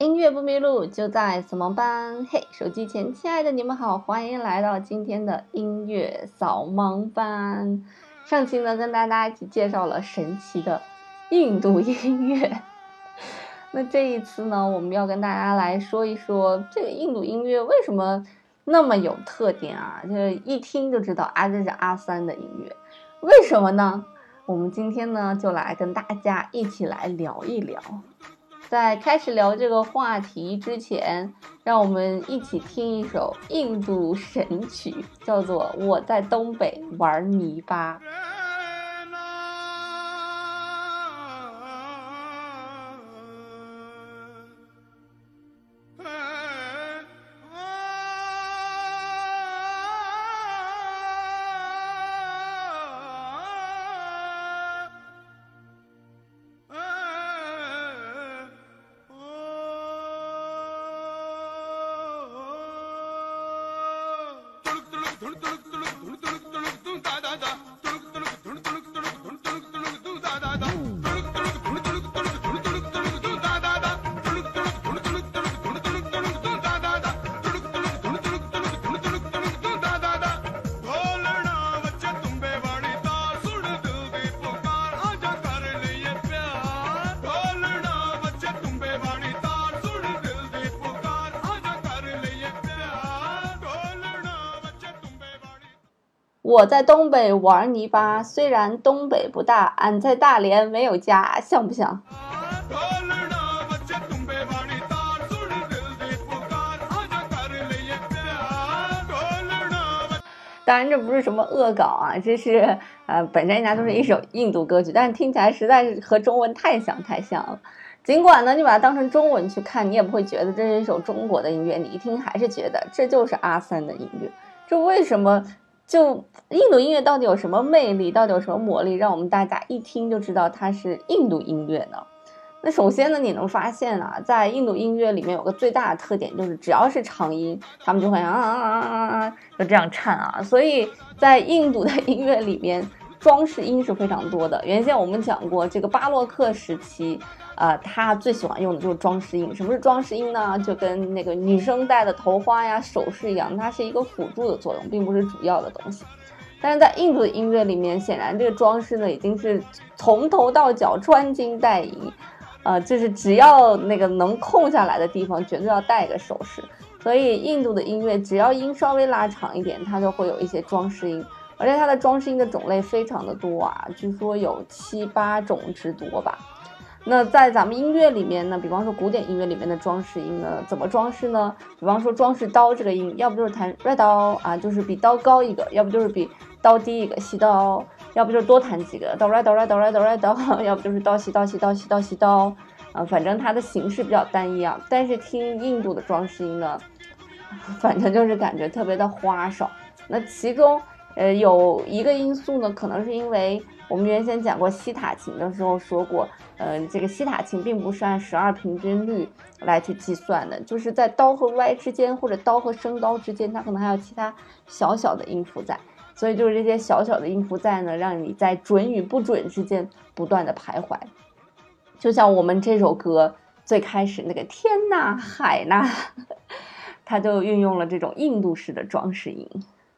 音乐不迷路，就在扫盲班。嘿，手机前亲爱的你们好，欢迎来到今天的音乐扫盲班。上期呢，跟大家一起介绍了神奇的印度音乐。那这一次呢，我们要跟大家来说一说这个印度音乐为什么那么有特点啊？这一听就知道啊，这是阿三的音乐。为什么呢？我们今天呢，就来跟大家一起来聊一聊。在开始聊这个话题之前，让我们一起听一首印度神曲，叫做《我在东北玩泥巴》。我在东北玩泥巴，虽然东北不大，俺在大连没有家，像不像？当然这不是什么恶搞啊，这是本身人家都是一首印度歌曲，但是听起来实在是和中文太像了。尽管呢你把它当成中文去看，你也不会觉得这是一首中国的音乐，你一听还是觉得这就是阿三的音乐。这为什么？就印度音乐到底有什么魅力，到底有什么魔力，让我们大家一听就知道它是印度音乐呢？那首先呢，你能发现啊，在印度音乐里面有个最大的特点，就是只要是长音，他们就会就这样颤啊。所以在印度的音乐里面，装饰音是非常多的。原先我们讲过，这个巴洛克时期他最喜欢用的就是装饰音。什么是装饰音呢？就跟那个女生戴的头花呀、首饰一样，它是一个辅助的作用，并不是主要的东西。但是在印度的音乐里面，显然这个装饰呢已经是从头到脚穿金戴银，就是只要那个能空下来的地方，绝对要带一个首饰。所以印度的音乐只要音稍微拉长一点，它就会有一些装饰音。而且它的装饰音的种类非常的多啊，据说有7、8种之多吧。那在咱们音乐里面呢，比方说古典音乐里面的装饰音呢，怎么装饰呢？比方说装饰刀这个音，要不就是弹瑞刀啊，就是比刀高一个，要不就是比刀低一个西刀，要不就是多弹几个刀瑞刀瑞刀瑞刀瑞刀，要不就是刀西刀西刀西刀西刀反正它的形式比较单一啊。但是听印度的装饰音呢，反正就是感觉特别的花哨。那其中有一个因素呢，可能是因为我们原先讲过西塔琴的时候说过，这个西塔琴并不是按12平均律来去计算的，就是在刀和歪之间，或者刀和升刀之间，它可能还有其他小小的音符在，所以就是这些小小的音符在呢，让你在准与不准之间不断的徘徊。就像我们这首歌最开始那个天呐海呐，它就运用了这种印度式的装饰音。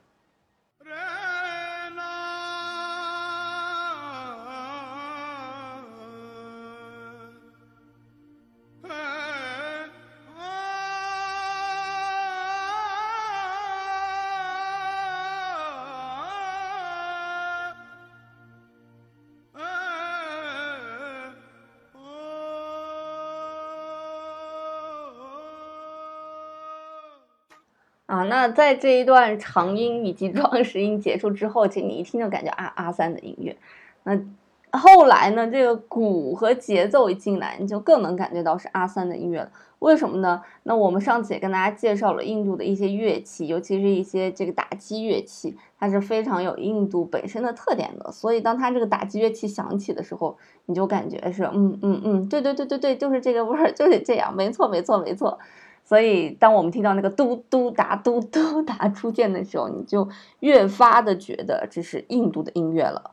那在这一段长音以及装饰音结束之后，其实你一听就感觉阿三的音乐。那后来呢，这个鼓和节奏一进来，你就更能感觉到是阿三的音乐了。为什么呢？那我们上次也跟大家介绍了印度的一些乐器，尤其是一些这个打击乐器，它是非常有印度本身的特点的。所以当它这个打击乐器响起的时候，你就感觉是对，就是这个味儿，就是这样，没错。所以当我们听到那个嘟嘟哒嘟嘟哒出现的时候，你就越发的觉得这是印度的音乐了。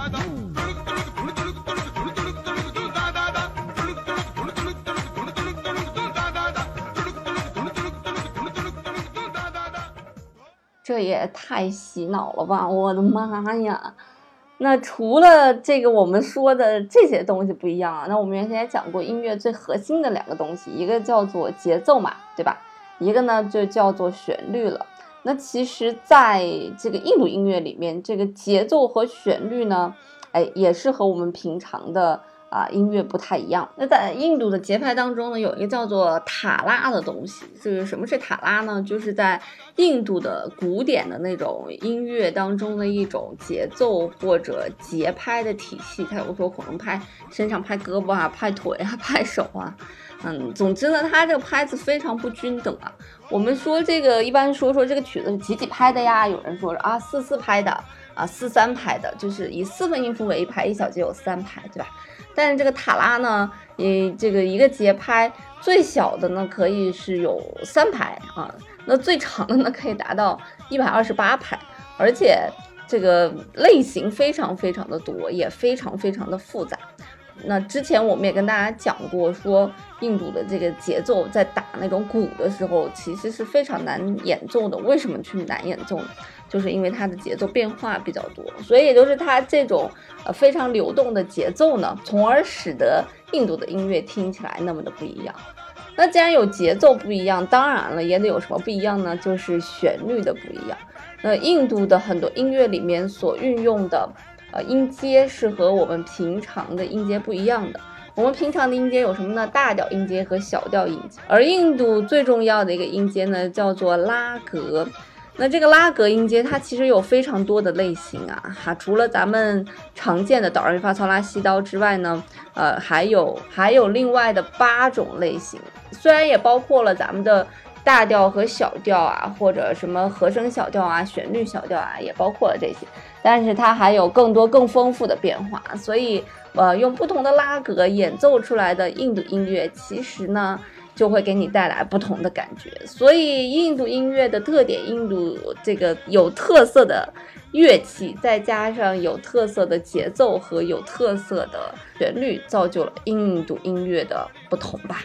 这也太洗脑了吧！我的妈呀！那除了这个我们说的这些东西不一样啊，那我们原先也讲过音乐最核心的2个东西，一个叫做节奏嘛，对吧？一个呢就叫做旋律了。那其实在这个印度音乐里面，这个节奏和旋律呢，也是和我们平常的音乐不太一样。那在印度的节拍当中呢，有一个叫做塔拉的东西。这个什么是塔拉呢？就是在印度的古典的那种音乐当中的一种节奏或者节拍的体系。它有时候可能拍身上拍胳膊啊，拍腿啊，拍手啊。总之呢，它这个拍子非常不均等啊。我们说这个一般说这个曲子是几拍的呀？有人说4/4拍的4/3拍的，就是以4分音符为一拍，一小节有3拍，对吧？但是这个塔拉呢，这个一个节拍最小的呢可以是有3拍啊，那最长的呢可以达到128拍，而且这个类型非常非常的多，也非常非常的复杂。那之前我们也跟大家讲过，说印度的这个节奏在打那种鼓的时候，其实是非常难演奏的。为什么去难演奏呢？就是因为它的节奏变化比较多，所以也就是它这种非常流动的节奏呢，从而使得印度的音乐听起来那么的不一样。那既然有节奏不一样，当然了，也得有什么不一样呢？就是旋律的不一样。那印度的很多音乐里面所运用的音阶是和我们平常的音阶不一样的。我们平常的音阶有什么呢？大调音阶和小调音阶。而印度最重要的一个音阶呢，叫做拉格。那这个拉格音阶它其实有非常多的类型啊，除了咱们常见的哆来咪发嗦拉西哆之外呢，还有另外的8种类型。虽然也包括了咱们的大调和小调啊，或者什么和声小调啊、旋律小调啊，也包括了这些，但是它还有更多更丰富的变化。所以用不同的拉格演奏出来的印度音乐，其实呢就会给你带来不同的感觉。所以印度音乐的特点，印度这个有特色的乐器，再加上有特色的节奏和有特色的旋律，造就了印度音乐的不同吧。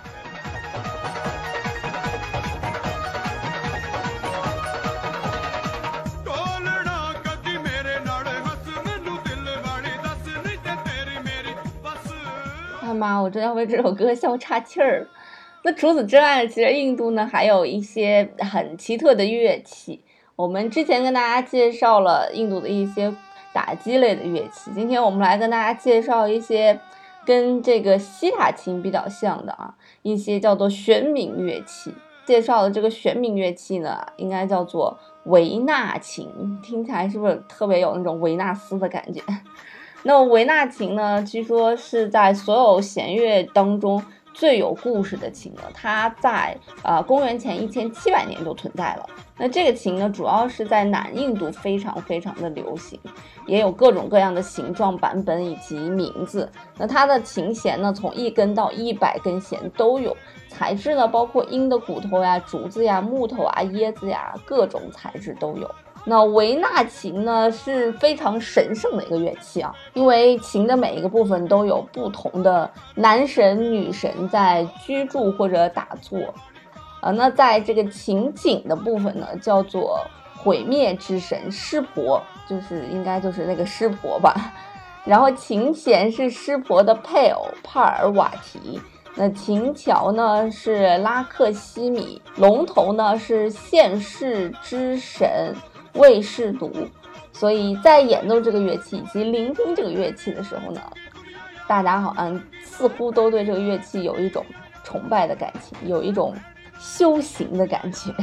妈，我真要为这首歌笑岔气儿。那除此之外，其实印度呢还有一些很奇特的乐器。我们之前跟大家介绍了印度的一些打击类的乐器，今天我们来跟大家介绍一些跟这个西塔琴比较像的一些叫做弦鸣乐器。介绍的这个弦鸣乐器呢，应该叫做维纳琴，听起来是不是特别有那种维纳斯的感觉？那维纳琴呢，据说是在所有弦乐当中最有故事的琴了。它在公元前1700年就存在了。那这个琴呢，主要是在南印度非常非常的流行，也有各种各样的形状、版本以及名字。那它的琴弦呢，从1根到100根弦都有，材质呢包括鹰的骨头呀、竹子呀、木头啊、椰子呀，各种材质都有。那维纳琴呢是非常神圣的一个乐器因为琴的每一个部分都有不同的男神女神在居住或者打坐。那在这个琴颈的部分呢，叫做毁灭之神湿婆，应该就是那个湿婆吧。然后琴弦是湿婆的配偶帕尔瓦提。那琴桥呢是拉克西米，龙头呢是现世之神卫士毒。所以在演奏这个乐器以及聆听这个乐器的时候呢，大家好像似乎都对这个乐器有一种崇拜的感情，有一种修行的感觉。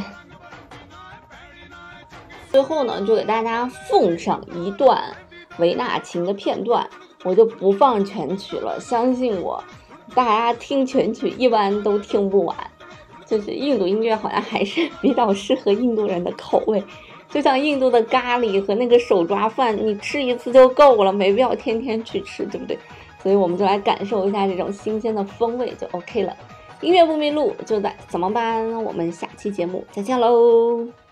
最后呢，就给大家奉上一段维纳琴的片段，我就不放全曲了，相信我，大家听全曲一般都听不完。就是印度音乐好像还是比较适合印度人的口味，就像印度的咖喱和那个手抓饭，你吃一次就够了，没必要天天去吃，对不对？所以我们就来感受一下这种新鲜的风味就 OK 了。音乐不迷路就在怎么办？我们下期节目再见喽。